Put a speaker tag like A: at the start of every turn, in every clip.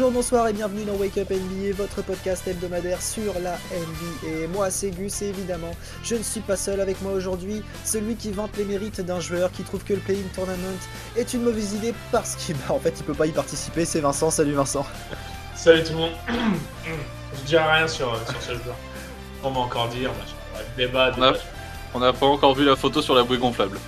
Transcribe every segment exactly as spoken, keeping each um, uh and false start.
A: Bonjour, bonsoir et bienvenue dans Wake Up N B A, votre podcast hebdomadaire sur la N B A. Moi c'est Gus et évidemment, je ne suis pas seul. Avec moi aujourd'hui, celui qui vante les mérites d'un joueur qui trouve que le Play-in Tournament est une mauvaise idée parce qu'il bah, en fait, il peut pas y participer, c'est Vincent. Salut Vincent.
B: Salut tout le monde. Je dirai rien sur, sur ce joueur. On va encore dire, machin. Débat, débat.
C: On n'a pas encore vu la photo sur la bouée gonflable.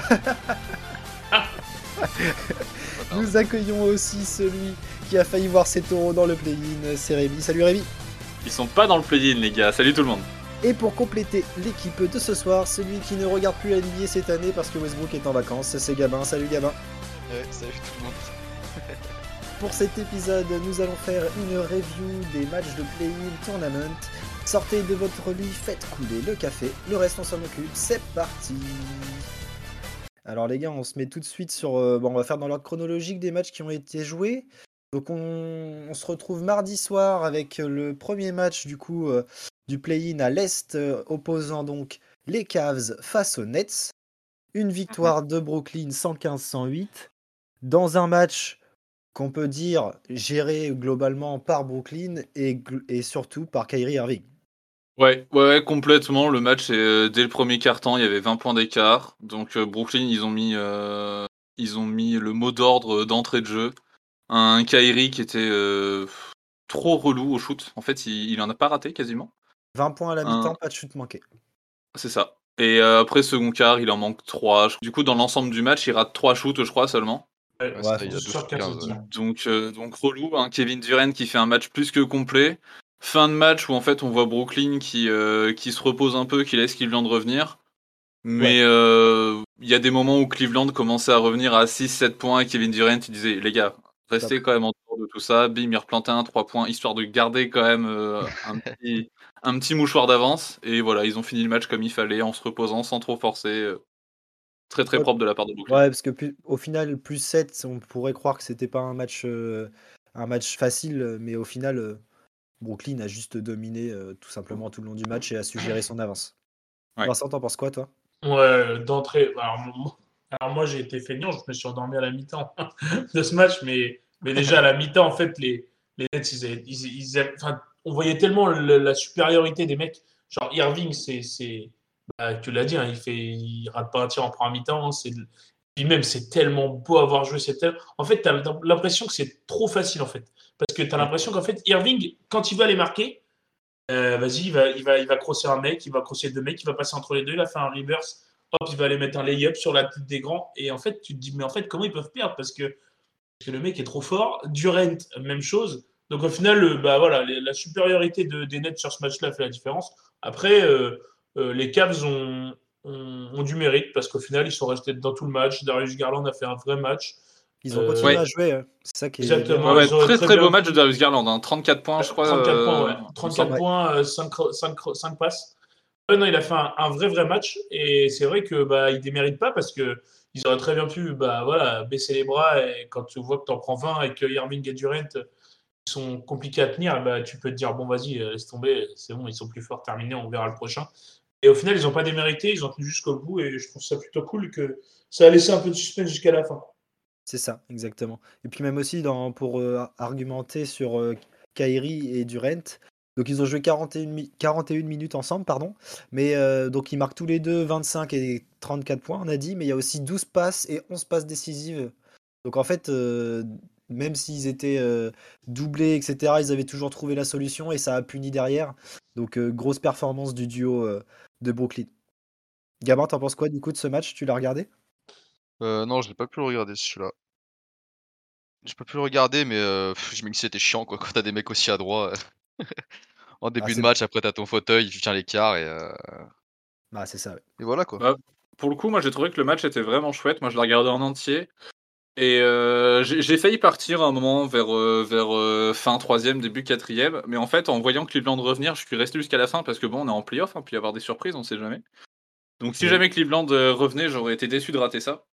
A: Nous accueillons aussi celui qui a failli voir ses taureaux dans le play-in, c'est Rémi. Salut Rémi.
C: Ils sont pas dans le play-in les gars, salut tout le monde.
A: Et pour compléter l'équipe de ce soir, celui qui ne regarde plus la N B A cette année parce que Westbrook est en vacances, c'est Gabin. Salut Gabin.
D: Ouais, salut tout le monde.
A: Pour cet épisode, nous allons faire une review des matchs de play-in tournament. Sortez de votre lit, faites couler le café, le reste on s'en occupe, c'est parti. Alors les gars, on se met tout de suite sur... Euh, bon, on va faire dans l'ordre chronologique des matchs qui ont été joués. Donc on, on se retrouve mardi soir avec le premier match du coup euh, du play-in à l'Est, euh, opposant donc les Cavs face aux Nets. Une victoire de Brooklyn cent quinze à cent huit, dans un match qu'on peut dire géré globalement par Brooklyn et, et surtout par Kyrie Irving.
C: Ouais, ouais, complètement. Le match, euh, dès le premier quart-temps, il y avait vingt points d'écart. Donc euh, Brooklyn, ils ont mis, euh, ils ont mis le mot d'ordre d'entrée de jeu. Un Kyrie qui était euh, trop relou au shoot. En fait, il, il en a pas raté quasiment.
A: vingt points à la
C: Un...
A: mi-temps, pas de shoot manqué.
C: C'est ça. Et euh, après second quart, il en manque trois. Du coup, dans l'ensemble du match, il rate trois shoots, je crois, seulement.
B: Ouais,
D: Ouais,
B: ça,
D: il y a
B: douze sur quinze. Ouais.
C: Donc, euh, donc relou, hein. Kevin Durant qui fait un match plus que complet. Fin de match où en fait on voit Brooklyn qui, euh, qui se repose un peu, qui laisse Cleveland revenir. Mais il ouais. euh, y a des moments où Cleveland commençait à revenir à six sept points et Kevin Durant il disait les gars, restez Stop. Quand même en dehors de tout ça. Bim, il replantait un trois points histoire de garder quand même euh, un, petit, un petit mouchoir d'avance. Et voilà, ils ont fini le match comme il fallait en se reposant sans trop forcer. Très très
A: ouais.
C: propre de la part de Brooklyn.
A: Ouais, parce que plus, au final, plus sept, on pourrait croire que c'était pas un match, euh, un match facile, mais au final, euh, Brooklyn a juste dominé euh, tout simplement tout le long du match et a su gérer son avance. Ouais. Vincent, t'en penses quoi, toi?
B: Ouais, d'entrée. Alors, alors moi, j'ai été feignant, je me suis endormi à la mi-temps de ce match, mais, mais déjà à la mi-temps, en fait, les, les Nets, ils avaient, ils, ils avaient, enfin, on voyait tellement le, la supériorité des mecs. Genre, Irving, c'est. c'est bah, tu l'as dit, hein, il fait, il rate pas un tir en première mi-temps. Hein, c'est, puis même, c'est tellement beau à avoir joué. C'est tel... En fait, tu as l'impression que c'est trop facile, en fait. Parce que tu as l'impression qu'en fait, Irving, quand il va les marquer, euh, vas-y, il va, il, va, il va crosser un mec, il va crosser deux mecs, il va passer entre les deux, il a fait un reverse, hop, il va aller mettre un lay-up sur la tête des grands. Et en fait, tu te dis, mais en fait, comment ils peuvent perdre parce que, parce que le mec est trop fort. Durant, même chose. Donc au final, euh, bah, voilà, les, la supériorité de, des Nets sur ce match-là fait la différence. Après, euh, euh, les Cavs ont, ont, ont du mérite parce qu'au final, ils sont restés dans tout le match. Darius Garland a fait un vrai match.
A: Ils ont continué euh, à jouer, hein. C'est ça qui est
B: exactement.
C: Ouais, ouais, très très, très beau match de Darius Garland, hein. trente-quatre points, je crois.
B: trente-quatre
C: euh,
B: points, ouais. trente-quatre points, euh, cinq, cinq, cinq passes. Ouais, non, il a fait un, un vrai vrai match et c'est vrai que bah il démérite pas parce que ils auraient très bien pu bah voilà baisser les bras et quand tu vois que tu en prends vingt et que Irving et Durant sont compliqués à tenir, bah tu peux te dire bon vas-y laisse tomber, c'est bon, ils sont plus forts, terminé, on verra le prochain. Et au final ils n'ont pas démérité, ils ont tenu jusqu'au bout et je trouve ça plutôt cool que ça a laissé un peu de suspense jusqu'à la fin.
A: C'est ça, exactement. Et puis même aussi dans, pour euh, argumenter sur euh, Kyrie et Durant. Donc ils ont joué quarante et une, mi- quarante et une minutes ensemble, pardon. Mais euh, donc ils marquent tous les deux vingt-cinq et trente-quatre points, on a dit. Mais il y a aussi douze passes et onze passes décisives. Donc en fait, euh, même s'ils étaient euh, doublés, et cetera, ils avaient toujours trouvé la solution et ça a puni derrière. Donc euh, grosse performance du duo euh, de Brooklyn. Gabin, t'en penses quoi du coup de ce match? Tu l'as regardé?
D: Euh, non, je n'ai pas pu le regarder celui-là. J'ai pas pu le regarder, mais euh, je me dis que c'était chiant quoi, quand t'as des mecs aussi adroits. En début
A: ah,
D: de match, après t'as ton fauteuil, tu tiens l'écart et. Euh...
A: Ah, c'est ça, ouais.
D: Et voilà quoi.
C: Bah, pour le coup, moi j'ai trouvé que le match était vraiment chouette. Moi je l'ai regardé en entier. Et euh, j'ai, j'ai failli partir à un moment vers, euh, vers euh, fin troisième, début quatrième. Mais en fait, en voyant Cleveland revenir, je suis resté jusqu'à la fin parce que bon, on est en playoff, hein, puis y avoir des surprises, on sait jamais. Donc si
A: Oui.
C: jamais Cleveland euh, revenait, j'aurais été déçu de rater ça.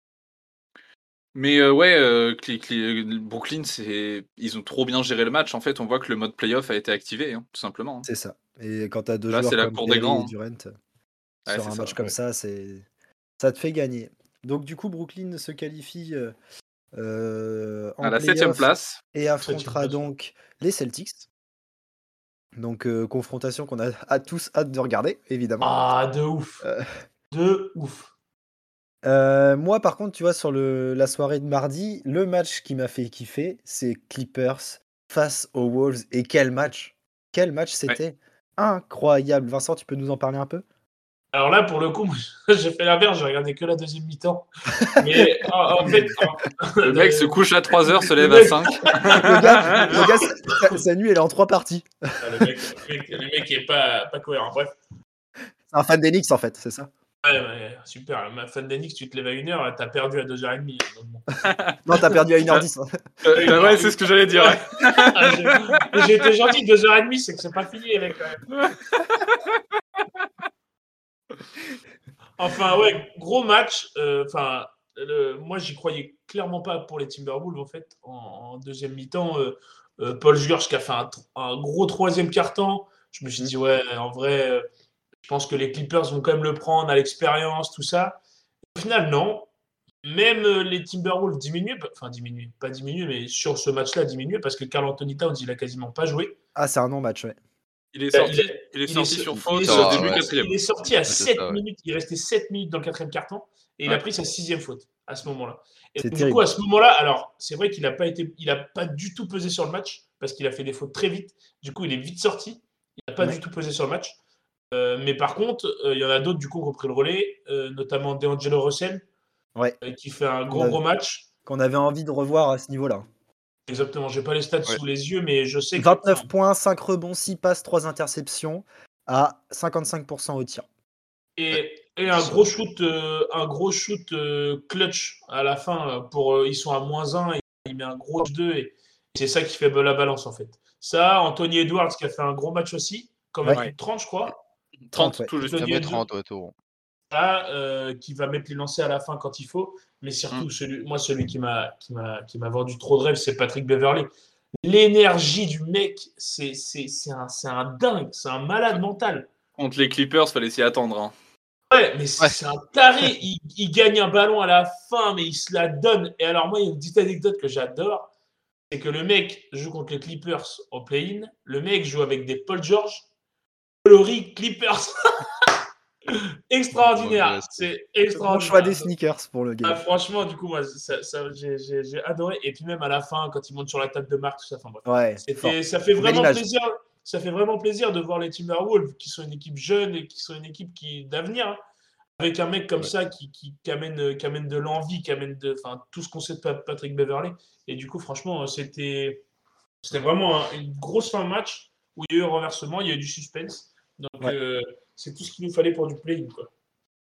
C: Mais euh, ouais, euh, Cle- Cle- Brooklyn, c'est... ils ont trop bien géré le match. En fait, on voit que le mode playoff a été activé, hein, tout simplement. Hein.
A: C'est ça. Et quand tu as deux
C: Là, c'est
A: joueurs
C: la
A: comme
C: cour des
A: Kyrie et
C: grands. Hein.
A: Durant,
C: Ouais,
A: sur
C: c'est
A: un
C: ça.
A: match comme
C: Ouais.
A: ça, c'est ça te fait gagner. Donc du coup, Brooklyn se qualifie euh, euh,
C: À
A: en
C: la septième
A: playoff
C: place.
A: et
B: Septième
A: affrontera
B: place.
A: donc les Celtics. Donc, euh, confrontation qu'on a à tous hâte de regarder, évidemment.
B: Ah, de ouf.
A: Euh,
B: De ouf.
A: euh, moi, par contre, tu vois, sur le, la soirée de mardi, le match qui m'a fait kiffer, c'est Clippers face aux Wolves. Et quel match! Quel match
C: Ouais.
A: c'était! Incroyable! Vincent, tu peux nous en parler un peu?
B: Alors là, pour le coup, moi, j'ai fait l'inverse, j'ai regardé que la deuxième mi-temps. Mais en, en fait, en-
C: Le mec se
B: le-
C: couche à trois heures, se
B: le
C: lève à
B: mec-
C: cinq.
A: Le gars, le gars sa, sa- sa nuit, elle est en trois parties.
B: Ah, le mec, le mec, le mec est pas, pas cohérent. Bref,
A: C'est un fan d'Enix, en fait, c'est ça?
B: ouais, ouais, super. Ma fan d'Enix, tu te lèves à une heure, t'as perdu à deux heures trente. Donc bon.
A: Non, t'as perdu à une heure dix.
C: Euh,
B: Oui,
C: bah
B: non,
C: ouais,
B: oui.
C: c'est ce que j'allais dire. Ouais.
B: Ah, j'ai mais j'ai été gentil, deux heures trente, c'est que c'est pas fini, les mecs, quand même. Enfin, ouais, gros match. euh, Enfin, le- moi, j'y croyais clairement pas pour les Timberwolves, en fait, en, en deuxième mi-temps. euh, euh, Paul George qui a fait un, tr- un gros troisième quart-temps. Je me suis dit, ouais, en vrai, euh, je pense que les Clippers vont quand même le prendre à l'expérience, tout ça. Au final, non. Même euh, les Timberwolves diminuent, enfin diminuent, pas diminuent, mais sur ce match-là diminuent parce que Carl Anthony Towns, il a quasiment pas joué.
A: Ah, c'est un non-match, ouais.
C: Il est
B: Il, a-
C: sorti,
B: il, a-
C: il est
B: il
C: sorti
B: est,
C: sur
B: il
C: faute
B: est
C: euh,
D: Ah,
B: sorti,
C: début
D: ouais.
C: quatrième.
B: il est sorti à
D: Ouais, c'est
B: sept
D: ça, ouais.
B: minutes, il restait sept minutes dans le quatrième quart-temps et il a
C: Ouais.
B: pris sa sixième faute à ce moment-là. Et
A: C'est
B: donc, du
A: terrible.
B: coup, à ce moment-là, alors c'est vrai qu'il n'a pas été, il a pas du tout pesé sur le match parce qu'il a fait des fautes très vite. Du coup, il est vite sorti. Il n'a pas
A: Ouais.
B: du tout pesé sur le match. Euh, mais par contre, euh, il y en a d'autres du coup qui ont pris le relais, euh, notamment DeAngelo Russell
A: Ouais.
B: euh, qui fait un
A: Qu'on
B: gros
A: avait,
B: gros match.
A: qu'on avait envie de revoir à ce niveau-là.
B: Exactement, j'ai pas les stats
D: Ouais.
B: sous les yeux, mais je sais que
A: vingt-neuf
B: enfin,
A: points, cinq rebonds, six passes, trois interceptions à cinquante-cinq pour cent au tir.
B: et, et un
D: Ça,
B: gros shoot, euh, un gros shoot euh, clutch à la fin euh, pour euh, ils sont à moins un et il met un gros deux et c'est ça qui fait la balance en fait. Ça, Anthony Edwards qui a fait un gros match aussi, quand même
A: Ouais.
B: plus
C: Ouais.
B: de trente je crois.
A: trente,
C: trente,
A: ouais.
C: tout juste.
B: Anthony
D: jamais
B: Edwards
D: trente, ouais, tout rond.
B: là, euh, qui va mettre les lancers à la fin quand il faut, mais surtout
C: Mm.
B: celui, moi celui qui m'a qui m'a qui m'a vendu trop de rêves, c'est Patrick Beverley. L'énergie du mec, c'est c'est c'est un c'est un dingue, c'est un malade mental.
C: Contre les Clippers, fallait s'y attendre. Hein.
B: Ouais, mais
D: Ouais.
B: c'est un taré. Il, il gagne un ballon à la fin, mais il se la donne. Et alors, moi, il y a une petite anecdote que j'adore. C'est que le mec joue contre les Clippers au play-in. Le mec joue avec des Paul George. Coloris Clippers. Extraordinaire.
D: Yes.
B: C'est
A: Bon
B: extraordinaire.
A: choix des sneakers pour le
B: Ah,
A: game.
B: franchement, du coup, moi, ça, ça, j'ai, j'ai, j'ai adoré. Et puis même à la fin, quand il monte sur la table de marque, tout ça, enfin bref.
A: Ouais, fort.
B: C'était, ça fait
A: Belle
B: vraiment
A: image.
B: plaisir. Ça fait vraiment plaisir de voir les Timberwolves, qui sont une équipe jeune et qui sont une équipe qui d'avenir, hein, avec un mec comme
D: Ouais.
B: ça qui, qui, qui amène, qui amène de l'envie, qui amène de, enfin, tout ce qu'on sait de Pa- Patrick Beverley. Et du coup, franchement, c'était, c'était vraiment un- une grosse fin de match où il y a eu un renversement, il y a eu du suspense. Donc,
A: Ouais.
B: euh, c'est tout ce qu'il nous fallait pour du play-in, quoi.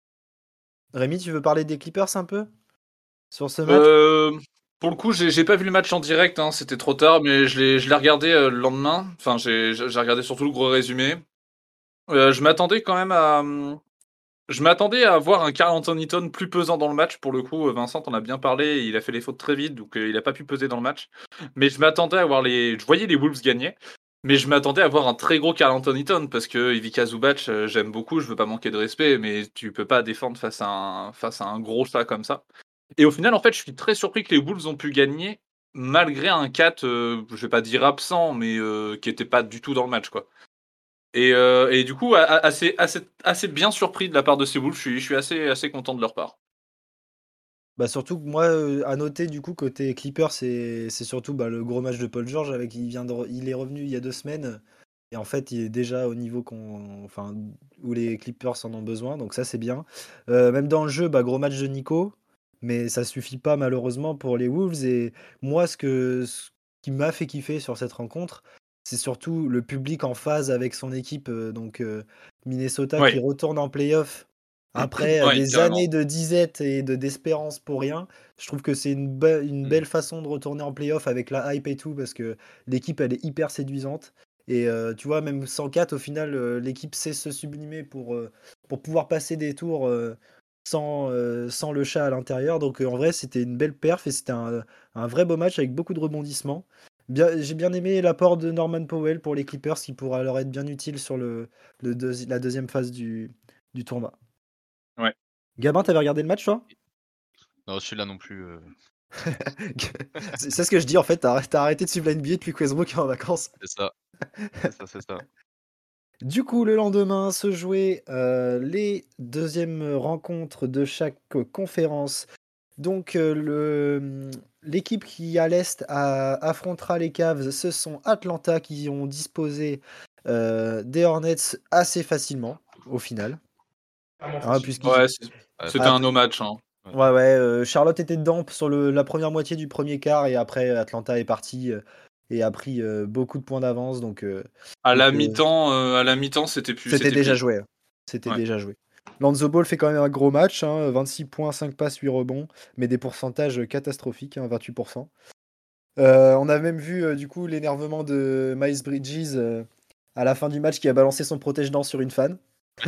A: Rémi, tu veux parler des Clippers un peu sur ce match?
C: Euh, pour le coup, j'ai j'ai pas vu le match en direct, hein, c'était trop tard, mais je l'ai je l'ai regardé euh, le lendemain. Enfin, j'ai j'ai regardé surtout le gros résumé. Euh, je m'attendais quand même à. hum, Je m'attendais à voir un Karl Anthony Towns plus pesant dans le match. Pour le coup, euh, Vincent en a bien parlé. Il a fait les fautes très vite, donc euh, il a pas pu peser dans le match. Mais je m'attendais à voir les. Je voyais les Wolves gagner. Mais je m'attendais à voir un très gros Karl Anthony Towns parce que Ivica Zubac, euh, j'aime beaucoup, je veux pas manquer de respect, mais tu peux pas défendre face à un, face à un gros chat comme ça. Et au final, en fait, je suis très surpris que les Wolves ont pu gagner malgré un Cat, euh, je vais pas dire absent, mais euh, qui était pas du tout dans le match, quoi. Et, euh, et du coup, a- a- assez, assez, assez bien surpris de la part de ces Wolves, je suis, je suis assez, assez content de leur part.
A: Bah surtout que moi, euh, à noter du coup côté Clippers, c'est c'est surtout bah, le gros match de Paul George avec il vient de re- il est revenu il y a deux semaines et en fait il est déjà au niveau qu'on enfin où les Clippers en ont besoin, donc ça c'est bien. Euh, même dans le jeu, bah, gros match de Nico, mais ça suffit pas malheureusement pour les Wolves. Et moi ce que ce qui m'a fait kiffer sur cette rencontre, c'est surtout le public en phase avec son équipe, euh, donc euh, Minnesota qui
C: Oui,
A: retourne en playoff après euh,
C: oui,
A: des
C: carrément.
A: années de disette et de d'espérance pour rien. Je trouve que c'est une, be- une
C: Mm.
A: belle façon de retourner en playoff avec la hype et tout, parce que l'équipe, elle est hyper séduisante. Et euh, tu vois, même sans quatre, au final, euh, l'équipe sait se sublimer pour, euh, pour pouvoir passer des tours euh, sans, euh, sans le chat à l'intérieur. Donc euh, en vrai, c'était une belle perf et c'était un, un vrai beau match avec beaucoup de rebondissements. Bien, j'ai bien aimé l'apport de Norman Powell pour les Clippers, qui pourra leur être bien utile sur le, le deuxi- la deuxième phase du, du tournoi.
C: Ouais.
A: Gabin, t'avais regardé le match, toi?
D: Non, celui-là non plus. euh,
A: c'est c'est ce que je dis en fait, t'as t'as arrêté de suivre la N B A depuis que Westbrook est en vacances.
D: C'est ça. C'est ça, c'est ça.
A: Du coup, le lendemain se jouaient euh, les deuxièmes rencontres de chaque euh, conférence. Donc, euh, le, l'équipe qui à l'Est a- affrontera les Cavs, ce sont Atlanta qui ont disposé euh, des Hornets assez facilement, au final.
B: Vraiment
A: Hein,
B: facile.
A: puisqu'ils-
C: Ouais, c'est-
D: Ouais,
C: c'était
A: Ah,
C: un no match. Hein.
A: Ouais, ouais, euh, Charlotte était dedans sur le, la première moitié du premier quart et après Atlanta est parti euh, et a pris euh, beaucoup de points d'avance. Donc, euh,
C: À
A: donc,
C: la
A: euh,
C: mi-temps, euh, à la mi-temps, c'était plus.
A: c'était
C: c'était
A: déjà
C: plié.
A: joué. hein. C'était
C: Ouais.
A: déjà joué. Lonzo Ball fait quand même un gros match, hein, vingt-six points, cinq passes, huit rebonds, mais des pourcentages catastrophiques, hein, vingt-huit pour cent. Euh, on a même vu euh, du coup l'énervement de Miles Bridges euh, à la fin du match qui a balancé son protège-dents sur une fan.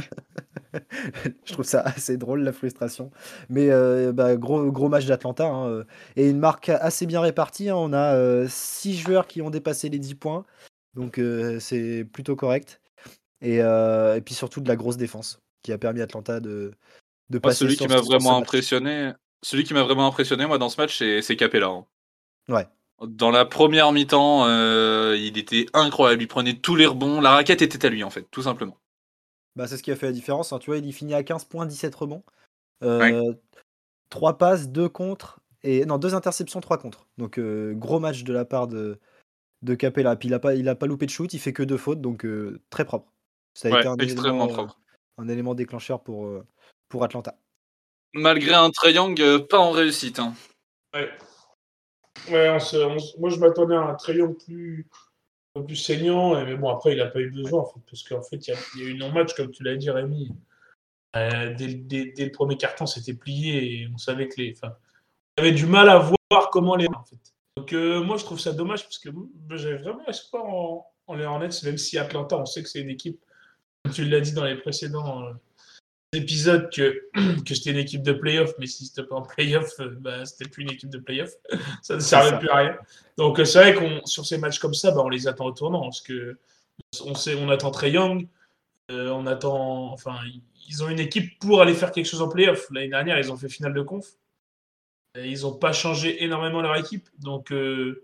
A: Je trouve ça assez drôle la frustration. Mais euh, bah, gros, gros match d'Atlanta hein, euh, et une marque assez bien répartie. hein. On a six joueurs qui ont dépassé les dix points. Donc euh, c'est plutôt correct. Et, euh, et puis surtout de la grosse défense qui a permis à Atlanta de, de
C: Moi,
A: passer
C: celui
A: sur,
C: qui m'a
A: sur ce
C: vraiment
A: match.
C: impressionné, celui qui m'a vraiment impressionné, moi, dans ce match, c'est, c'est Capella. hein.
A: Ouais.
C: Dans la première mi-temps, euh, il était incroyable. Il prenait tous les rebonds. La raquette était à lui, en fait, tout simplement.
A: Bah, c'est ce qui a fait la différence. hein. Tu vois, il y finit à quinze points, dix-sept rebonds.
C: Ouais.
A: Euh, trois passes, deux contres. Et, non, deux interceptions, trois contres. Donc euh, gros match de la part de, de Capella. Puis il a pas, il a pas loupé de shoot, il fait que deux fautes, donc euh, très propre. Ça a
C: Ouais,
A: été un
C: extrêmement
A: élément, euh,
C: propre.
A: un élément déclencheur pour, euh, pour Atlanta.
C: Malgré un triangle euh, pas en réussite. Hein.
B: Ouais. Ouais, on se- on se- moi, je m'attendais à un Trayon plus, un peu plus saignant, et- mais bon, après, il n'a pas eu besoin, en fait, parce qu'en fait, il y, a- il y a eu un match, comme tu l'as dit, Rémi. Euh, dès, dès- dès le premier carton, c'était plié, et on savait que les. Enfin, on avait du mal à voir comment les. En fait. Donc, euh, moi, je trouve ça dommage, parce que moi, j'avais vraiment espoir en, en les Hornets, même si Atlanta, on sait que c'est une équipe, comme tu l'as dit dans les précédents. euh, épisode que, que c'était une équipe de playoff, mais si c'était pas en playoff, euh, bah, c'était plus une équipe de playoff. Ça ne servait
A: ça.
B: plus à rien. Donc euh, c'est vrai qu'on sur ces matchs comme ça, bah, on les attend au tournant. Parce que on, sait, on attend Trae Young, euh, on attend. Enfin, ils ont une équipe pour aller faire quelque chose en playoff. L'année dernière, ils ont fait finale de conf. Et ils n'ont pas changé énormément leur équipe. Donc euh,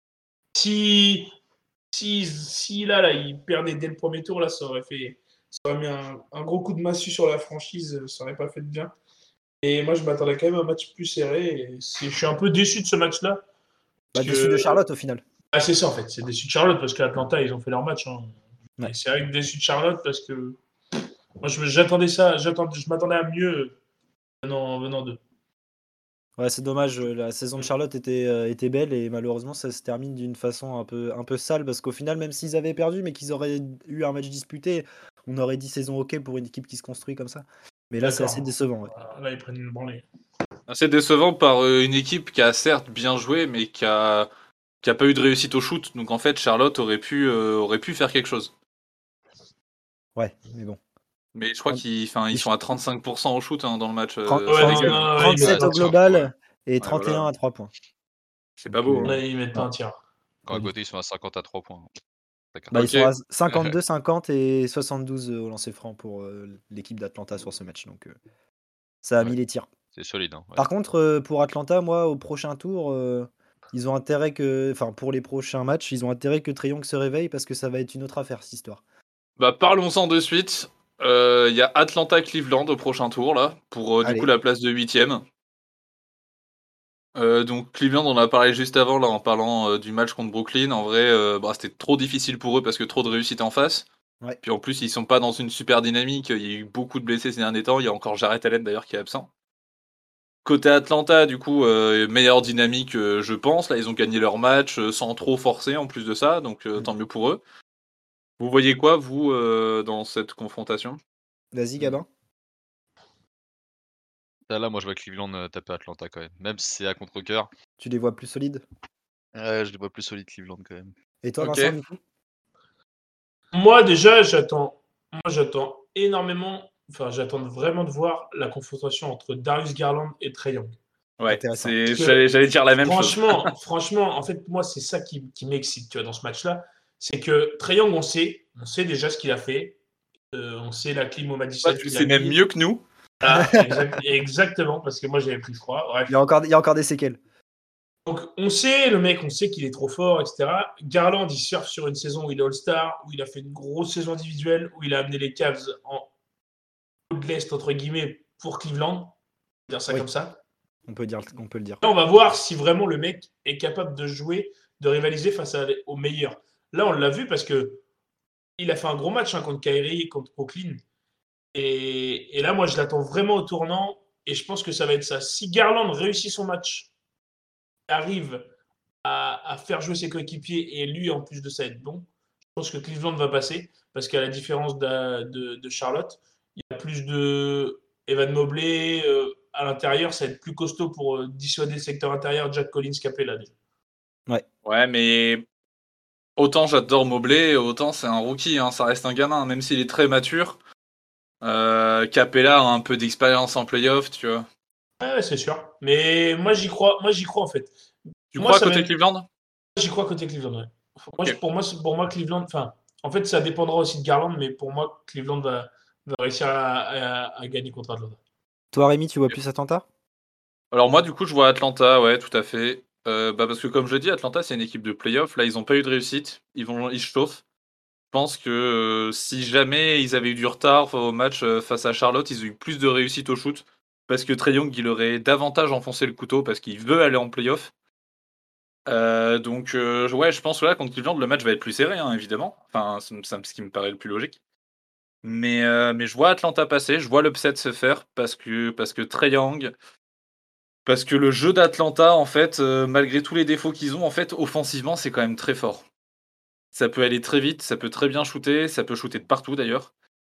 B: si, si, si là, là, ils perdaient dès le premier tour, là, ça aurait fait. Ça aurait mis un, un gros coup de massue sur la franchise, ça n'aurait pas fait de bien. Et moi, je m'attendais quand même à un match plus serré. Et c'est- je suis un peu déçu de ce match-là.
A: Bah,
B: parce
A: déçu de
B: que-
A: Charlotte au final.
B: Ah, c'est ça, en fait. C'est déçu de Charlotte parce qu'Atlanta, ils ont fait leur match. hein.
A: Ouais.
B: Et c'est vrai que déçu de Charlotte parce que moi, je, j'attendais ça. J'attendais, je m'attendais à mieux venant, venant d'eux.
A: Ouais, c'est dommage. euh, La saison de Charlotte était, euh, était belle et malheureusement, ça se termine d'une façon un peu, un peu sale parce qu'au final, même s'ils avaient perdu, mais qu'ils auraient eu un match disputé, on aurait dit saison ok pour une équipe qui se construit comme ça. Mais là, c'est
B: D'accord.
A: assez décevant. ouais.
B: Là, ils prennent une branlée.
C: C'est décevant par euh, une équipe qui a certes bien joué, mais qui a, qui a pas eu de réussite au shoot. Donc en fait, Charlotte aurait pu, euh, aurait pu faire quelque chose.
A: Ouais, mais bon.
C: Mais je crois qu'ils, enfin, ils sont à trente-cinq pour cent au shoot hein, dans le match. euh,
A: trente-
C: c'est
B: Ouais, non,
C: dégueu.
B: non, ouais, ils
A: trente-sept
B: mettent
A: au
B: un tir.
A: global et
C: Ouais,
A: trente et un
C: voilà.
A: à trois points.
C: C'est pas
A: Donc,
C: beau.
A: euh,
C: hein.
B: Là, ils mettent pas
A: Ouais.
B: un tir.
D: Quand à
A: Pas du
D: côté, ils sont à cinquante à trois points. D'accord.
A: Bah,
C: Ok.
A: Ils sont à cinquante-deux cinquante et soixante-douze au lancer franc pour euh, l'équipe d'Atlanta sur ce match. Donc, euh, ça a
D: Ouais.
A: mis les tirs.
D: C'est solide. Hein, ouais.
A: Par contre, euh, pour Atlanta, moi, au prochain tour, euh, ils ont intérêt que. Enfin, pour les prochains matchs, ils ont intérêt que Trae Young se réveille parce que ça va être une autre affaire, cette histoire.
C: Bah parlons-en de suite. Il euh, y a Atlanta-Cleveland au prochain tour là pour euh, du
A: Allez.
C: coup la place de huitième. Euh, donc Cleveland, on en a parlé juste avant là en parlant euh, du match contre Brooklyn. En vrai, euh, bah, c'était trop difficile pour eux parce que trop de réussite en face.
A: Ouais.
C: Puis en plus, ils sont pas dans une super dynamique. Il y a eu beaucoup de blessés ces derniers temps. Il y a encore Jarrett Allen d'ailleurs qui est absent. Côté Atlanta, du coup, euh, meilleure dynamique, euh, je pense. Là, ils ont gagné leur match euh, sans trop forcer en plus de ça, donc euh,
A: Mm.
C: tant mieux pour eux. Vous voyez quoi, vous, euh, dans cette confrontation?
A: Vas-y, Gabin.
D: Là, là, moi, je vois Cleveland euh, taper Atlanta quand même. Même si c'est à contre-cœur.
A: Tu les vois plus solides.
D: Ouais, je les vois plus solides Cleveland quand même.
A: Et toi,
C: Ok.
A: Vincent, du coup
B: Moi, déjà, j'attends. Moi, j'attends énormément. Enfin, j'attends vraiment de voir la confrontation entre Darius Garland et Trae Young.
C: Ouais,
A: Intéressant.
C: c'est,
B: Parce que,
C: j'allais, j'allais dire la même chose.
B: Franchement, franchement, en fait, moi, c'est ça qui, qui m'excite, tu vois, dans ce match-là. C'est que Trae Young, on sait, on sait déjà ce qu'il a fait. Euh, on sait la clim au Madison
C: Ouais,
B: qu'il a
C: c'est même
B: mis.
C: mieux que nous.
B: Voilà, exact- exactement, parce que moi, j'avais pris froid. Bref.
A: il y, a encore, il y a encore des séquelles.
B: Donc, on sait, le mec, on sait qu'il est trop fort, et cetera. Garland, il surfe sur une saison où il est All-Star, où il a fait une grosse saison individuelle, où il a amené les Cavs en haut de l'Est, entre guillemets, pour Cleveland. On peut dire ça
A: Oui.
B: comme ça.
A: On peut, dire, on peut le dire.
B: Là, on va voir si vraiment le mec est capable de jouer, de rivaliser face à, aux meilleurs. Là, on l'a vu parce que il a fait un gros match hein, contre Kyrie, contre Brooklyn. Et, et là, moi, je l'attends vraiment au tournant. Et je pense que ça va être ça. Si Garland réussit son match, arrive à, à faire jouer ses coéquipiers et lui, en plus de ça, être bon, je pense que Cleveland va passer. Parce qu'à la différence de, de, de Charlotte, il y a plus de Evan Mobley euh, à l'intérieur. Ça va être plus costaud pour euh, dissuader le secteur intérieur. Jack Collins, Capella. Déjà.
A: Ouais.
C: Ouais, mais autant j'adore Mobley, autant c'est un rookie, hein, ça reste un gamin, même s'il est très mature. Euh, Capella a un peu d'expérience en playoff, tu vois.
B: Ouais, c'est sûr. Mais moi, j'y crois. Moi, j'y crois en fait.
C: Tu
B: Moi,
C: crois
B: ça
C: côté
B: m'aide.
C: Cleveland?
B: J'y crois côté Cleveland. Ouais. Moi,
C: Ok.
B: je- pour moi, c'est- pour moi, Cleveland. Enfin, en fait, ça dépendra aussi de Garland, mais pour moi, Cleveland va, va réussir à, à- à gagner contre Atlanta.
A: Toi, Rémi, tu vois plus Atlanta?
C: Alors moi, du coup, je vois Atlanta, ouais, tout à fait. Euh, bah parce que comme je dis, Atlanta, c'est une équipe de playoff. Là, ils n'ont pas eu de réussite. Ils vont, ils se chauffent. Je pense que euh, si jamais ils avaient eu du retard au match euh, face à Charlotte, ils ont eu plus de réussite au shoot. Parce que Trae Young, il aurait davantage enfoncé le couteau parce qu'il veut aller en playoff. Euh, donc, euh, ouais, je pense que là, contre Cleveland, le match va être plus serré, hein, évidemment. Enfin, c'est c'est ce qui me paraît le plus logique. Mais, euh, mais je vois Atlanta passer, je vois l'upset se faire parce que, parce que Trae Young, parce que le jeu d'Atlanta, en fait, euh, malgré tous les défauts qu'ils ont, en fait, offensivement, c'est quand même très fort. Ça peut aller très vite, ça peut très bien shooter, ça peut shooter de partout d'ailleurs.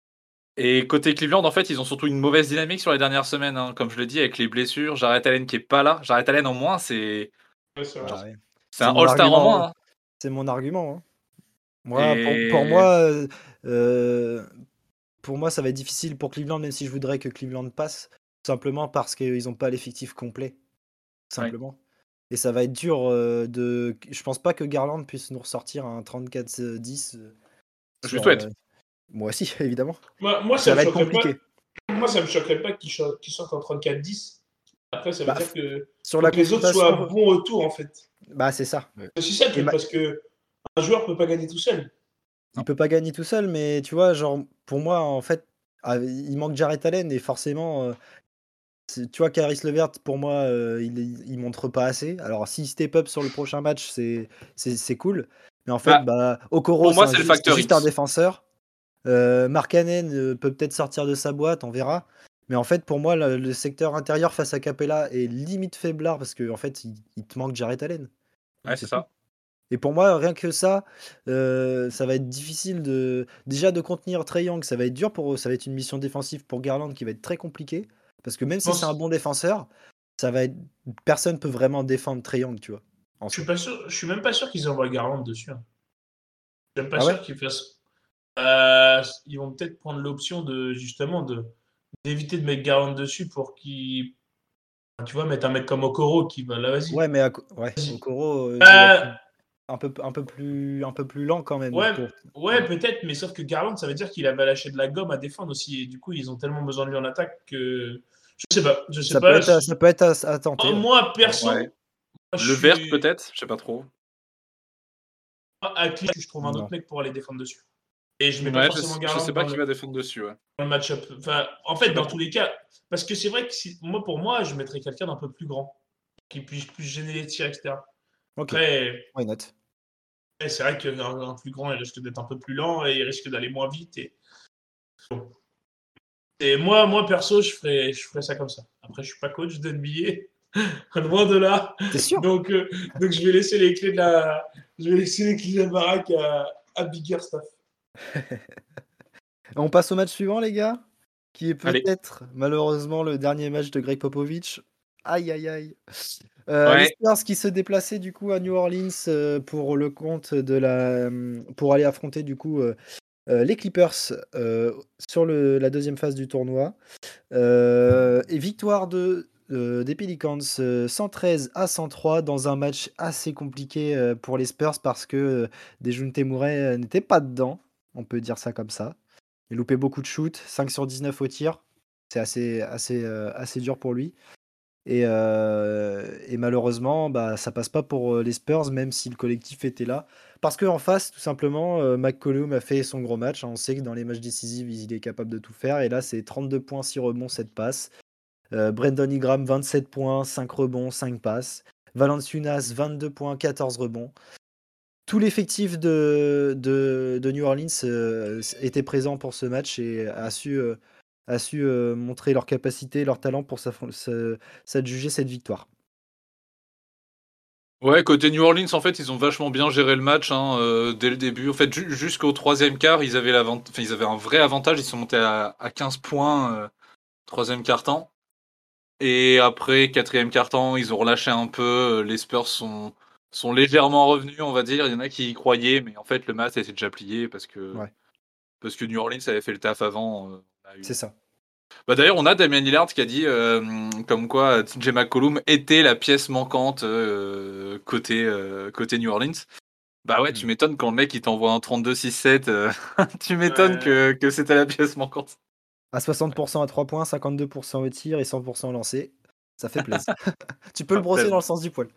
C: Et côté Cleveland, en fait, ils ont surtout une mauvaise dynamique sur les dernières semaines, hein, comme je l'ai dit, avec les blessures. Jarrett Allen qui est pas là. Jarrett Allen en moins, c'est
B: Ouais, c'est vrai.
A: Bah ouais.
C: c'est
A: C'est
C: un
A: mon
C: All-Star en
A: argument.
C: moins, hein.
A: C'est mon argument. hein. Moi, pour, pour
C: Et
A: moi, euh, euh, pour moi, ça va être difficile pour Cleveland, même si je voudrais que Cleveland passe, tout simplement parce qu'ils n'ont pas l'effectif complet, tout
C: ouais.
A: simplement. Et ça va être dur euh, de. Je pense pas que Garland puisse nous ressortir un trente-quatre dix euh,
C: Je lui
A: sur. euh,
C: souhaite.
A: Moi aussi, évidemment.
B: Moi, moi, ça
A: Ça
B: me
A: va être
B: choquerait pas.
A: compliqué.
B: Moi, ça me choquerait pas qu'il cho- qu'il sorte en trente-quatre dix. Après, ça veut
A: Bah,
B: dire
A: f-
B: que
A: sur
B: faut
A: la
B: que les autres soient
A: confrontation,
B: bons autour, en fait.
A: bah c'est ça.
D: Ouais.
B: C'est aussi ça le
A: Et
B: truc,
A: ma-
B: parce que un joueur peut pas gagner tout seul.
A: il peut pas gagner tout seul, mais tu vois, genre, pour moi, en fait, ah, il manque Jarrett Allen et forcément, euh, c'est- tu vois, Caris Levert, pour moi, euh, il, est- il montre pas assez. Alors, s'il step up sur le prochain match, c'est c'est c'est cool. Mais en fait,
C: Bah,
A: bah, Okoro,
C: pour
A: c'est
C: moi,
A: un
C: c'est le
A: ju- c'est
C: facteur
A: juste un
C: X.
A: défenseur. Euh, Markkanen euh, peut peut-être sortir de sa boîte, on verra. Mais en fait, pour moi, le, le secteur intérieur face à Capella est limite faiblard parce qu'en en fait, il, il te manque Jarrett Allen.
C: Ouais, c'est
A: C'est tout.
C: ça.
A: Et pour moi, rien que ça, euh, ça va être difficile de déjà de contenir Trae Young, ça va être dur pour eux, ça va être une mission défensive pour Garland qui va être très compliquée parce que même
B: Je
A: si c'est un
B: pense,
A: bon défenseur, ça va être personne peut vraiment défendre Trae Young, tu vois, en
B: je suis
A: soi.
B: pas sûr, je suis même pas sûr qu'ils envoient Garland dessus. hein. Je suis même pas
A: Ah ouais?
B: sûr qu'ils fassent. Euh, ils vont peut-être prendre l'option de justement de d'éviter de mettre Garland dessus pour qu'il, tu vois, mettre un mec comme Okoro qui va là, vas-y.
A: Ouais, mais à co- ouais,
B: Vas-y.
A: Okoro, euh, il va être
B: Euh,
A: un peu un peu plus un peu plus lent quand même
B: ouais,
A: pour.
B: ouais, peut-être, mais sauf que Garland, ça veut dire qu'il avait lâché de la gomme à défendre aussi, et du coup, ils ont tellement besoin de lui en attaque que je sais pas, je sais
A: Ça peut
B: pas.
A: être à-
B: Je-
A: ça peut être à, à tenter. Ouais.
B: Moi, perso,
C: Ouais.
B: moi, je
C: Le vert,
B: suis
C: peut-être, je sais pas trop.
B: à Cleveland, je trouve un autre
A: Non.
B: mec pour aller défendre dessus. Et je mets pas
C: Ouais, je,
B: forcément
C: je
B: Garland
C: sais pas
B: dans
C: qui
B: le,
C: va défendre dessus, ouais.
B: dans le match-up. Enfin, en
C: Je
B: fait,
C: sais pas
B: dans
C: trop.
B: tous les cas, parce que c'est vrai que si, moi, pour moi, je mettrais quelqu'un d'un peu plus grand, qui puisse plus gêner les tirs, et cetera.
A: Ok.
B: Après,
A: Why not?
B: ouais, c'est vrai qu'un un plus grand, il risque d'être un peu plus lent et il risque d'aller moins vite. Et, et moi, moi, perso, je ferais, je ferais ça comme ça. Après, je suis pas coach d'N B A, loin de là.
A: T'es sûr?
B: Donc, euh, donc, je vais laisser les clés de la, je vais laisser les clés de la baraque à, à Bigger Staff.
A: On passe au match suivant, les gars, qui est
C: Allez.
A: peut-être malheureusement le dernier match de Greg Popovich. Aïe aïe aïe. Euh, les
C: Ouais.
A: Spurs qui se déplaçaient du coup à New Orleans euh, pour le compte de la pour aller affronter du coup euh, euh, les Clippers euh, sur le, la deuxième phase du tournoi. Euh, et victoire de euh, des Pelicans euh, cent treize à cent trois dans un match assez compliqué euh, pour les Spurs parce que euh, Dejounte Murray euh, n'était pas dedans, on peut dire ça comme ça. Il loupait beaucoup de shoots, cinq sur dix-neuf au tir. C'est assez, assez, euh, assez dur pour lui. Et, euh, et malheureusement, bah, ça passe pas pour euh, les Spurs, même si le collectif était là. Parce qu'en face, tout simplement, euh, McCollum a fait son gros match. On sait que dans les matchs décisifs, il est capable de tout faire. Et là, c'est trente-deux points, six rebonds, sept passes. Euh, Brandon Ingram, vingt-sept points, cinq rebonds, cinq passes. Valanciunas, vingt-deux points, quatorze rebonds. Tout l'effectif de, de, de New Orleans euh, était présent pour ce match et a su, euh, a su euh, montrer leur capacité, leur talent pour s'affron- se- s'adjuger cette victoire.
C: Ouais, côté New Orleans, en fait, ils ont vachement bien géré le match hein, euh, dès le début. En fait, ju- jusqu'au troisième quart, ils avaient, l'avant- enfin, ils avaient un vrai avantage. Ils sont montés à, à quinze points, euh, troisième quart-temps. Et après, quatrième quart-temps, ils ont relâché un peu. euh, Les Spurs sont, sont légèrement revenus, on va dire. Il y en a qui y croyaient, mais en fait, le match était déjà plié parce que,
A: Ouais,
C: parce que New Orleans avait fait le taf avant. euh, on a eu-
A: c'est ça.
C: Bah, d'ailleurs, on a Damien Lillard qui a dit euh, comme quoi T J McCollum était la pièce manquante euh, côté, euh, côté New Orleans. Bah ouais, tu
A: Mm.
C: m'étonnes quand le mec il t'envoie un trente-deux six sept, euh, tu m'étonnes
B: Ouais.
C: que, que c'était la pièce manquante.
A: À soixante pour cent à trois points, cinquante-deux pour cent au tir et cent pour cent au lancer. Ça fait plaisir. Tu peux le
C: Ah,
A: brosser dans
C: tellement.
A: le sens du poil.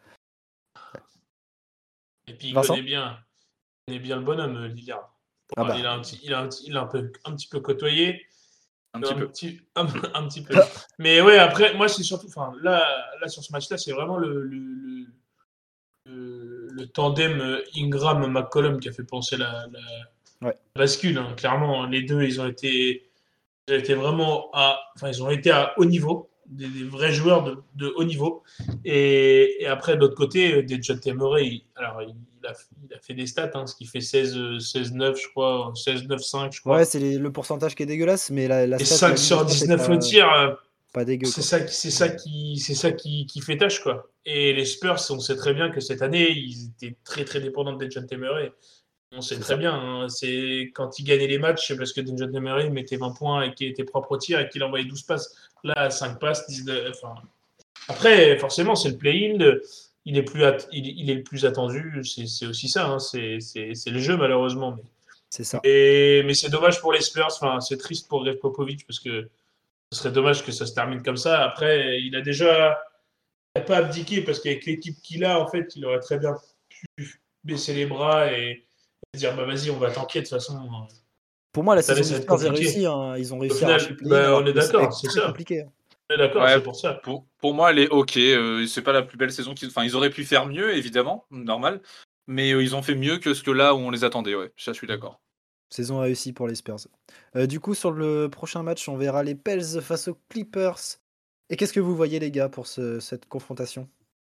B: Et puis il connaît
A: Vincent?
B: bien, il connaît bien le bonhomme, euh, Lillard.
A: Ah
B: Bon, il
A: bah,
B: a un petit, il a un petit, il a un peu, un petit peu côtoyé,
C: Un petit
B: un
C: peu.
B: petit, un, un petit peu. Mais ouais, après, moi c'est surtout, enfin là, là sur ce match-là, c'est vraiment le, le, le, le- le tandem euh, Ingram-McCollum qui a fait penser la, la
A: ouais,
B: bascule. Hein. Clairement, les deux, ils ont été, ils ont été vraiment à, enfin ils ont été à haut niveau. Des, des vrais joueurs de, de haut niveau. Et, et après, de l'autre côté, euh, des John Murray, il, alors il, il a, il a fait des stats, hein, ce qui fait seize, euh, seize neuf, je crois, seize neuf cinq, je
A: ouais,
B: crois.
A: c'est les- le pourcentage qui est dégueulasse, mais la, la
B: Et
A: stat, la
B: cinq
A: ligne de
B: sur
A: stats est
B: dix-neuf au
A: pas,
B: tir, euh,
A: pas dégueu,
B: c'est
A: quoi.
B: ça, qui- c'est ça qui, c'est ça qui, qui fait tâche, quoi. Et les Spurs, on sait très bien que cette année, ils étaient très très dépendants de Dejounte Murray. On sait
A: C'est
B: très
A: ça.
B: bien, hein, c'est quand ils gagnaient les matchs, c'est parce que Dejounte Murray mettait vingt points et qu'il était propre au tir et qu'il envoyait douze passes. Là, cinq passes, dix-neuf. Enfin, après, forcément, c'est le play-in. Il est, plus at- il, il est le plus attendu. C'est c'est aussi ça. Hein, c'est c'est- c'est le jeu, malheureusement. Mais,
A: C'est ça.
B: mais, mais c'est dommage pour les Spurs. Enfin, c'est triste pour Greg Popovich parce que ce serait dommage que ça se termine comme ça. Après, il a déjà il a pas abdiqué parce qu'avec l'équipe qu'il a, en fait, il aurait très bien pu baisser les bras et dire bah vas-y, on va tanker de toute façon.
A: Pour moi, la
B: Cette année,
A: saison
B: ça
A: des
B: va être
A: Spurs est
B: compliqué.
A: réussie, hein. Ils ont
B: Au
A: réussi à arracher
B: final,
A: le play-in
B: bah,
A: alors
B: on est
A: que ça va
B: d'accord,
A: être
B: c'est
A: très
B: ça.
A: compliqué.
B: On est d'accord,
C: Ouais,
B: c'est pour ça.
C: pour, pour moi, elle est ok. euh, c'est pas la plus belle saison qu'ils. Enfin, ils auraient pu faire mieux, évidemment, normal. Mais euh, ils ont fait mieux que ce que là où on les attendait, ouais. Ça, je suis d'accord.
A: Saison réussie pour les Spurs. Euh, du coup, sur le prochain match, on verra les Pels face aux Clippers. Et qu'est-ce que vous voyez, les gars, pour ce- cette confrontation?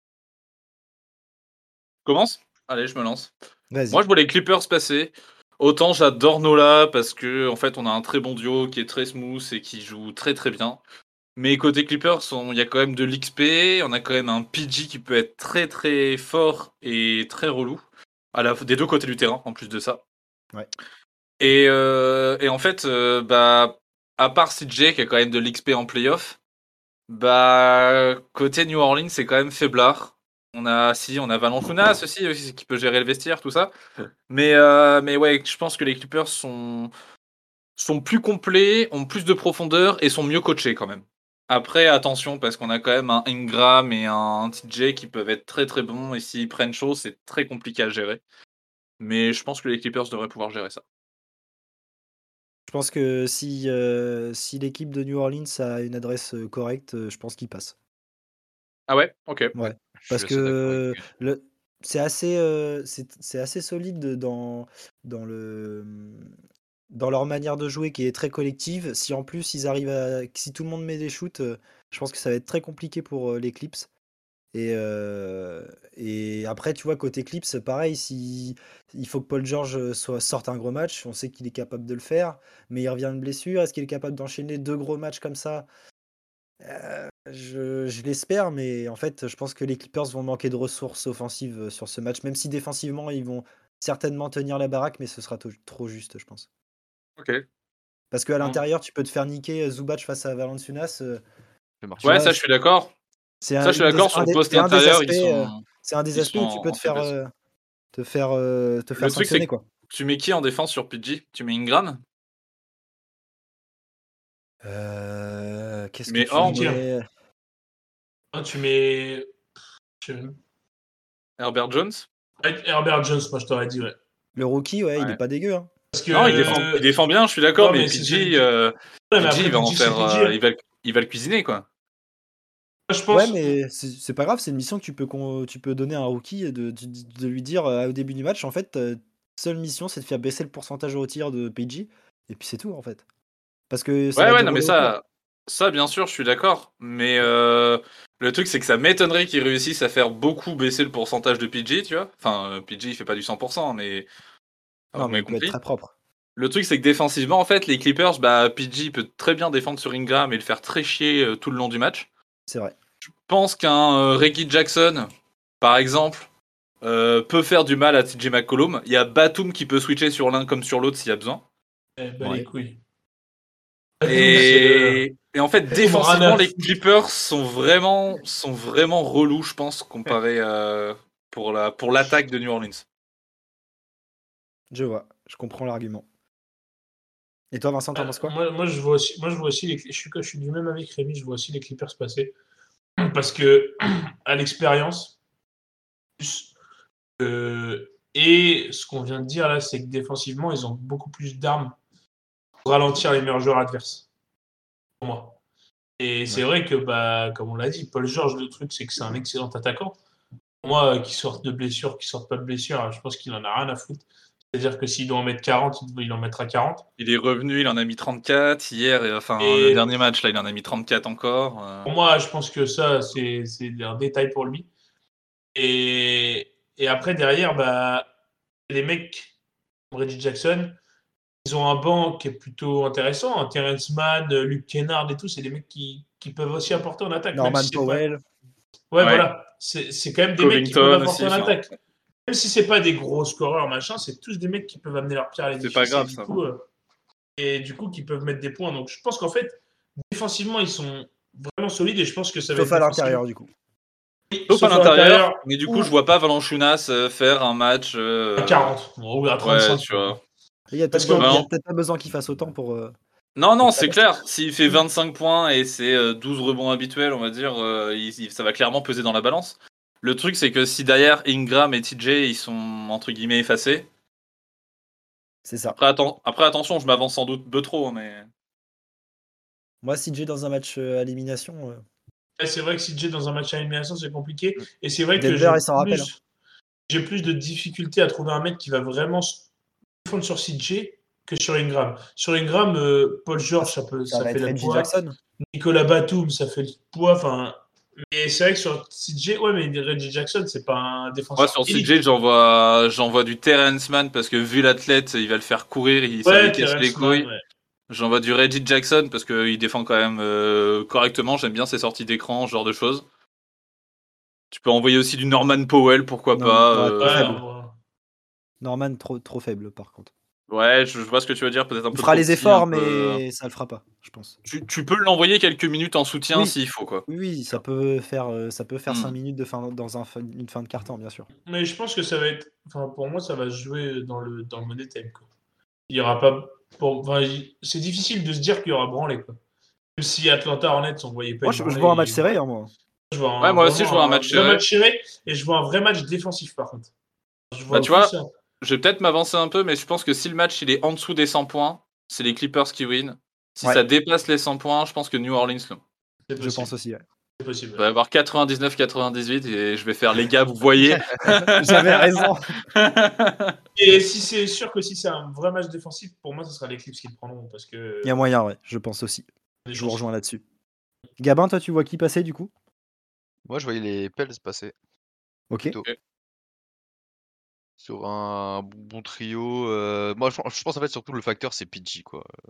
C: Commence? Allez, je me lance. Moi,
A: Vas-y.
C: je vois les Clippers passer. Autant j'adore Nola parce que en fait, on a un très bon duo qui est très smooth et qui joue très très bien. Mais côté Clippers, on- il y a quand même de l'X P, on a quand même un P G qui peut être très très fort et très relou, à la, des deux côtés du terrain en plus de ça.
A: Ouais.
C: Et, euh, et en fait, euh, bah, à part C J qui a quand même de l'X P en playoff, bah, côté New Orleans, c'est quand même faiblard. On a, si, on a Valanciunas aussi, aussi qui peut gérer le vestiaire, tout ça. Mais, euh, mais ouais, je pense que les Clippers sont, sont plus complets, ont plus de profondeur et sont mieux coachés quand même. Après, attention, parce qu'on a quand même un Ingram et un T J qui peuvent être très très bons, et s'ils prennent chaud, c'est très compliqué à gérer. Mais je pense que les Clippers devraient pouvoir gérer ça.
A: Je pense que si, euh, si l'équipe de New Orleans a une adresse euh, correcte, euh, je pense qu'ils passent.
C: Ah ouais? Ok.
A: Ouais.
D: Je
A: Parce
D: suis assez d'accord avec
A: que
D: lui.
A: le, c'est assez, euh, c'est, c'est assez solide dans, dans, le, dans leur manière de jouer qui est très collective. Si en plus ils arrivent à. Si tout le monde met des shoots, euh, je pense que ça va être très compliqué pour euh, les Clips. Et, euh, et après, tu vois, côté Clips, pareil, si, il faut que Paul George soit, sorte un gros match, on sait qu'il est capable de le faire, mais il revient de blessure. Est-ce qu'il est capable d'enchaîner deux gros matchs comme ça? Euh, je, je l'espère, mais en fait, je pense que les Clippers vont manquer de ressources offensives euh, sur ce match, même si défensivement, ils vont certainement tenir la baraque, mais ce sera to- trop juste, je pense.
C: Ok.
A: Parce qu'à
B: Bon.
A: l'intérieur, tu peux te faire niquer euh, Zubac face à Valanciunas. euh,
D: Fait
A: Tu
D: marcher.
C: Ouais,
A: vois,
C: ça je suis d'accord.
A: c'est
C: Ça
A: un,
C: je suis
A: une des,
C: d'accord,
A: un
C: sur le
A: des-
C: poste
A: c'est un des
C: intérieur,
A: aspects,
C: ils
A: euh,
C: sont,
A: c'est un des
C: ils
A: aspects
C: sont
A: où tu peux
C: en
A: te faire,
C: faiblesse.
A: euh, te faire, euh, te faire
C: Le truc, c'est
A: sanctionner,
C: que
A: quoi.
C: tu mets qui en défense sur P G? Tu mets Ingram?
A: Euh, qu'est-ce que
C: Mais
A: tu
B: Du
C: Horn?
B: tir.
A: mets?
B: Ah, tu mets. je sais même-
C: Herbert Jones?
B: Herbert Jones, moi je t'aurais dit, ouais.
A: Le rookie, ouais, il
C: Ouais.
A: est pas dégueu. Hein.
B: Parce que.
C: Non, il défend, il défend bien, je suis d'accord,
B: Ouais,
C: mais,
B: mais c'est celui
C: P G,
B: qui-
C: euh,
B: Ouais, mais
C: P G,
B: après,
C: il va en
B: P G, c'est
C: faire,
B: P G,
C: euh,
B: hein.
C: il va, le- il va le cuisiner, quoi.
B: Moi, je pense.
A: Ouais, mais c'est c'est pas grave, c'est une mission que tu peux, con- tu peux donner à un rookie et de, de, de lui dire euh, au début du match, en fait, euh, seule mission, c'est de faire baisser le pourcentage au tir de P G, et puis c'est tout, en fait. Parce que ça
C: Ouais,
A: va
C: ouais, non, mais
A: dérouler autour.
C: ça, ça, bien sûr, je suis d'accord. Mais euh, le truc, c'est que ça m'étonnerait qu'ils réussissent à faire beaucoup baisser le pourcentage de P G, tu vois. Enfin, euh, P G, il fait pas du cent pour cent, mais. Enfin,
A: Non,
C: vous
A: mais
C: m'avez
A: il peut être
C: compris.
A: très propre.
C: Le truc, c'est que défensivement, en fait, les Clippers, bah, P G peut très bien défendre sur Ingram et le faire très chier euh, tout le long du match.
A: C'est vrai.
C: Je pense qu'un euh, Reggie Jackson, par exemple, euh, peut faire du mal à T J McCollum. Il y a Batum qui peut switcher sur l'un comme sur l'autre s'il y a besoin.
B: Eh, bah,
A: Ouais.
B: les couilles. Batum, c'est, euh,
C: Et, et en fait,
B: Batum,
C: défensivement,
B: rien à
C: les
B: foutre.
C: Clippers sont vraiment, sont vraiment relous, je pense, comparé euh, pour la pour l'attaque de New Orleans.
A: Je vois, je comprends l'argument. Et toi, Vincent, t'en
B: Ouais,
A: penses quoi?
B: moi, moi, je vois aussi, moi, je vois aussi les, je suis, je suis du même avis que Rémi, je vois aussi les Clippers passer. Parce que, à l'expérience, plus, euh, et ce qu'on vient de dire là, c'est que défensivement, ils ont beaucoup plus d'armes pour ralentir les meilleurs joueurs adverses. Pour moi. Et c'est vrai que, bah, comme on l'a dit, Paul George, le truc, c'est que c'est un excellent attaquant. Pour moi, euh, qu'il sorte de blessure, qu'il sorte pas de blessure, je pense qu'il en a rien à foutre. C'est-à-dire que s'il doit en mettre quarante, il il en mettra quarante.
C: Il est revenu, il en a mis trente-quatre hier, et, enfin le
B: Et
C: dernier match là, il en a mis trente-quatre encore. euh.
B: pour moi, je pense que ça, c'est c'est un détail pour lui. Et, et après, derrière, bah, les mecs comme Reggie Jackson, ils ont un banc qui est plutôt intéressant. Hein. Terrence Mann, Luke Kennard et tout, c'est des mecs qui, qui peuvent aussi apporter en attaque, même
A: Norman
B: si c'est pas.
A: Powell.
B: Ouais,
C: Ouais.
B: voilà. C'est c'est quand même des mecs qui peuvent
C: Covington
B: apporter
C: aussi.
B: en
C: enfin,
B: attaque. Même si c'est pas des gros scoreurs, machin, c'est tous des mecs qui peuvent amener leur pierre à
C: C'est pas
B: l'édifice et
C: grave
B: du
C: ça.
B: coup, euh, et du coup, qui peuvent mettre des points. Donc, je pense qu'en fait, défensivement, ils sont vraiment solides et je pense que ça va
A: Sauf
B: être
A: à
B: défensif.
A: l'intérieur, du coup.
C: Sauf à
B: Sauf à
C: l'intérieur,
B: l'intérieur,
C: mais du coup,
B: ou-
C: je vois pas Valanciunas euh, faire un match. euh,
B: à quarante bon, ou à
C: Ouais,
B: trente-cinq.
C: tu vois.
A: Il y a
B: Parce
A: peut-être
B: que-
A: pas, il y a
C: Non.
A: peut-être pas besoin qu'il fasse autant pour. euh,
C: Non, non,
A: pour
C: c'est
A: ça.
C: clair. S'il fait vingt-cinq points et c'est euh, douze rebonds habituels, on va dire, euh, il- il- ça va clairement peser dans la balance. Le truc, c'est que si derrière Ingram et T J, ils sont entre guillemets effacés.
A: C'est ça.
C: Après, atten- Après attention, je m'avance sans doute de trop, mais.
A: Moi, C J dans un match euh, à élimination, euh,
B: Ouais, c'est vrai que si J dans un match à élimination, c'est compliqué.
A: Mm.
B: Et c'est vrai que
A: Denver,
B: j'ai
A: il s'en rappelle,
B: plus, j'ai plus de difficultés à trouver un mec qui va vraiment se défendre sur C J que sur Ingram. Sur Ingram, euh, Paul George, ça, peut,
A: ça
B: ça
A: va
B: fait
A: être
B: le
A: Reggie
B: poids.
A: Jackson.
B: Nicolas Batum, ça fait le poids. Enfin, mais c'est vrai que sur C J, ouais, mais Reggie Jackson, c'est pas un défenseur.
C: Moi, sur
B: élite.
C: C J, j'envoie j'envoie du Terrence Mann parce que vu l'athlète, il va le faire courir, il, ça
B: Ouais,
C: lui casse les
B: Terrence Mann,
C: couilles.
B: ouais.
C: J'envoie du Reggie Jackson parce qu'il défend quand même euh, correctement. J'aime bien ses sorties d'écran, ce genre de choses. Tu peux envoyer aussi du Norman Powell, pourquoi
A: Non,
C: pas.
A: ouais,
C: euh,
A: trop
B: Ouais,
A: faible.
B: on voit.
A: Norman, trop, trop faible, par contre.
C: Ouais, je, je vois ce que tu veux dire, peut-être un
A: Il
C: peu
A: fera
C: trop
A: les
C: petit,
A: efforts,
C: un peu- euh.
A: mais ça le fera pas, je pense.
C: Tu, tu peux l'envoyer quelques minutes en soutien
A: Oui.
C: s'il faut, quoi.
A: Oui, oui, ça peut faire, euh, ça peut faire
C: Hmm.
A: cinq minutes de fin, dans un, fin- une fin de carton, bien sûr.
B: Mais je pense que ça va être. Enfin, pour moi, ça va se jouer dans le, dans le money time. Quoi. Il y aura pas. Pour... Enfin, il- c'est difficile de se dire qu'il y aura branlé. Quoi. Même si Atlanta Hornets, on voyait pas
A: Moi,
B: une
A: je, je
B: branlée,
A: vois un match
B: et-
A: serré, hein, moi.
B: Je vois un,
C: Ouais, moi aussi, je
B: vraiment
C: vois un match
B: vrai
C: serré.
B: match serré et je vois un vrai match défensif, par contre. Je vois
C: Bah, tu
B: plus
C: vois,
B: ça.
C: je vais peut-être m'avancer un peu, mais je pense que si le match il est en dessous des cent points, c'est les Clippers qui win. Si
A: Ouais.
C: ça dépasse les cent points, je pense que New Orleans, là.
B: C'est
A: Je
B: possible.
A: pense aussi. Ouais.
B: C'est possible.
C: Il va y avoir quatre-vingt-dix-neuf quatre-vingt-dix-huit et je vais faire les gars, vous voyez.
A: J'avais raison.
B: Et si c'est sûr que si c'est un vrai match défensif, pour moi, ce sera les Clips qui le prendront. Parce que.
A: Il y a moyen, ouais, je pense aussi.
B: des
A: Je vous
B: chances.
A: rejoins là-dessus. Gabin, toi, tu vois qui passer, du coup?
D: Moi, je voyais les Pels passer.
A: Ok.
D: Plutôt. Sur un bon bon trio. euh, Moi, je, je pense en fait surtout le facteur, c'est P G, quoi. Euh,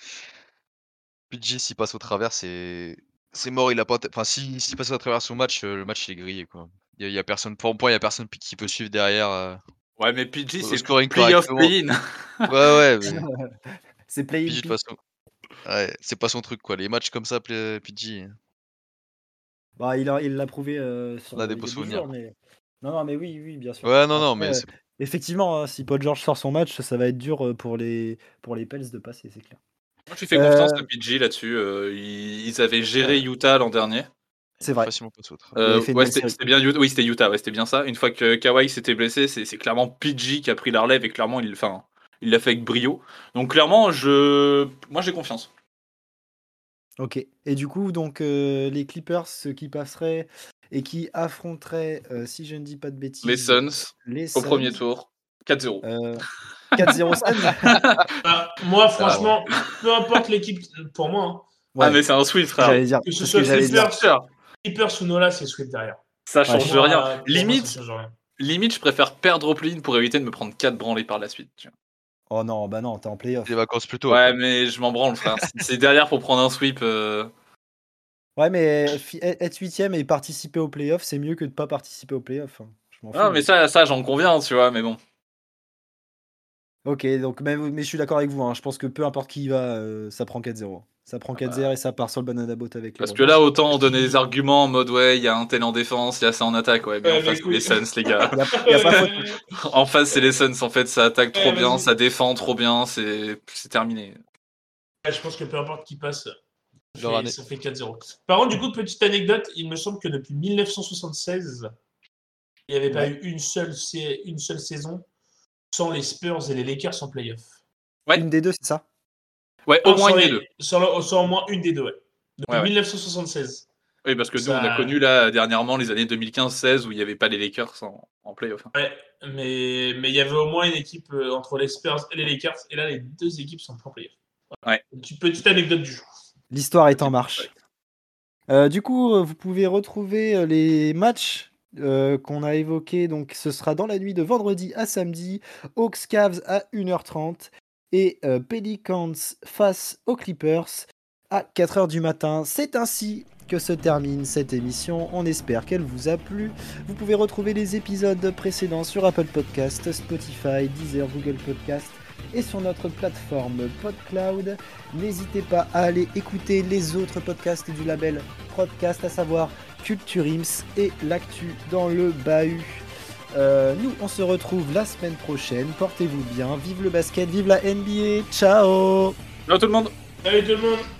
D: P G, s'il passe au travers, c'est c'est mort. Il a pas. Enfin, si s'il passe au travers son match, euh, le match il est grillé, quoi. Il y, a- il y a personne. Pour moi, il y a personne qui peut suivre derrière euh,
C: Ouais, mais P G,
D: au
C: c'est
D: scoring
C: playoff
D: correctement.
C: play-in.
D: Ouais, ouais. Mais
A: C'est play
D: P G, de toute façon, ouais, c'est pas son truc, quoi. Les matchs comme ça, play- P G.
A: Bah, il a, il l'a prouvé euh, sur
D: On a des
A: il y
D: beaux
A: a deux
D: souvenirs.
A: jours, mais. Non, non, mais oui, oui, bien sûr.
D: Ouais, non, non,
A: Après,
D: mais
A: euh,
D: c'est-
A: effectivement, hein, si Paul George sort son match, ça va être dur euh, pour les, pour les Pels de passer, c'est clair.
C: Moi, je lui fais
A: Euh,
C: confiance à P G là-dessus. euh, ils, ils avaient géré Utah l'an dernier.
A: C'est vrai.
D: Facilement passer au travers.
C: Euh,
A: Il avait fait une
C: ouais,
A: belle
C: c'était
A: série.
C: c'était bien Utah. Oui, c'était Utah. Ouais, c'était bien ça. Une fois que Kawhi s'était blessé, c'est c'est clairement P G qui a pris la relève et clairement il, enfin, il l'a fait avec brio. Donc clairement, je, moi j'ai confiance.
A: Ok. Et du coup, donc euh, les Clippers, ceux qui passeraient et qui affronteraient, euh, si je ne dis pas de bêtises,
C: Les Suns
A: les
C: au premier
A: Suns.
C: tour, quatre zéro.
A: Euh, quatre zéro Suns.
B: Bah, moi,
D: Ah,
B: franchement, peu importe l'équipe, pour moi, hein,
C: Ah
A: Ouais,
C: mais c'est un sweep,
A: c'est ce que
C: frère.
A: j'allais dire.
B: que ce
A: C'est ce
B: soit
A: que j'allais dire.
B: Clippers, Clippers ou Nola, c'est sweep derrière.
C: Ça
A: Ouais,
C: change
B: Pour moi,
C: rien.
B: pour moi, ça
C: Limite,
B: change rien.
C: limite, je préfère perdre au play-in pour éviter de me prendre quatre branlés par la suite. tu vois.
A: Oh non, bah non, t'es en playoff.
D: Les vacances plus tôt.
C: Ouais,
D: après.
C: mais je m'en branle, frère. Si c'est derrière pour prendre un sweep. euh,
A: Ouais, mais fi- être huitième et participer au playoff, c'est mieux que de pas participer au playoff. hein. Je m'en fous.
C: Ah, mais ça, ça j'en conviens, tu vois. Mais bon.
A: Ok, donc mais, mais je suis d'accord avec vous. hein. Je pense que peu importe qui y va, euh, ça prend quatre zéro. Ça prend
C: Ah
A: quatre
C: bah.
A: zéro et ça part sur le banana boat avec les
C: Parce que
A: Rockets.
C: là, autant on donnait des arguments en mode ouais, il y a un tel en défense, il y a ça en attaque, ouais, mais
B: Ouais,
C: en face,
B: mais
C: c'est les
B: couilles.
C: Suns, les gars.
A: Y a, y a pas faute.
C: En face, c'est les Suns, en fait, ça attaque trop
B: Ouais,
C: bien,
B: vas-y.
C: ça défend trop bien, c'est c'est terminé.
B: Ouais, je pense que peu importe qui passe, ça
D: Leur
B: fait,
D: année.
B: ça fait quatre zéro. Par contre, du coup, petite anecdote, il me semble que depuis mille neuf cent soixante-seize, il n'y avait pas
A: Ouais.
B: eu une seule, sa- une seule saison sans les Spurs et les Lakers en playoff.
C: Ouais.
A: Une des deux, c'est ça.
C: Ouais, au
B: Non,
C: moins
B: sans,
C: une des
B: les-
C: deux.
B: sans le- sans au moins une des deux, ouais. Depuis
C: Ouais, ouais.
B: mille neuf cent soixante-seize.
C: Oui, parce que nous,
B: Ça-
C: on a connu là dernièrement les années deux mille quinze seize où il n'y avait pas les Lakers en, en playoff. hein.
B: Ouais, mais mais il y avait au moins une équipe euh, entre les Spurs et les Lakers, et là, les deux équipes sont en playoff.
C: Ouais.
B: Une petite- petite anecdote du jour.
A: L'histoire est en
C: Petite-
A: marche.
C: ouais.
A: Euh, du coup, euh, vous pouvez retrouver euh, les matchs euh, qu'on a évoqués. Donc, ce sera dans la nuit de vendredi à samedi. Hawks Cavs à une heure trente et euh, Pelicans face aux Clippers à quatre heures du matin. C'est ainsi que se termine cette émission. On espère qu'elle vous a plu. Vous pouvez retrouver les épisodes précédents sur Apple Podcast, Spotify, Deezer, Google Podcast et sur notre plateforme PodCloud. N'hésitez pas à aller écouter les autres podcasts du label Podcast, à savoir Culture Ims et L'actu dans le bahut. Euh, nous, on se retrouve la semaine prochaine. Portez-vous bien. Vive le basket, vive la N B A. Ciao!
C: Ciao tout le monde!
B: Salut tout le monde!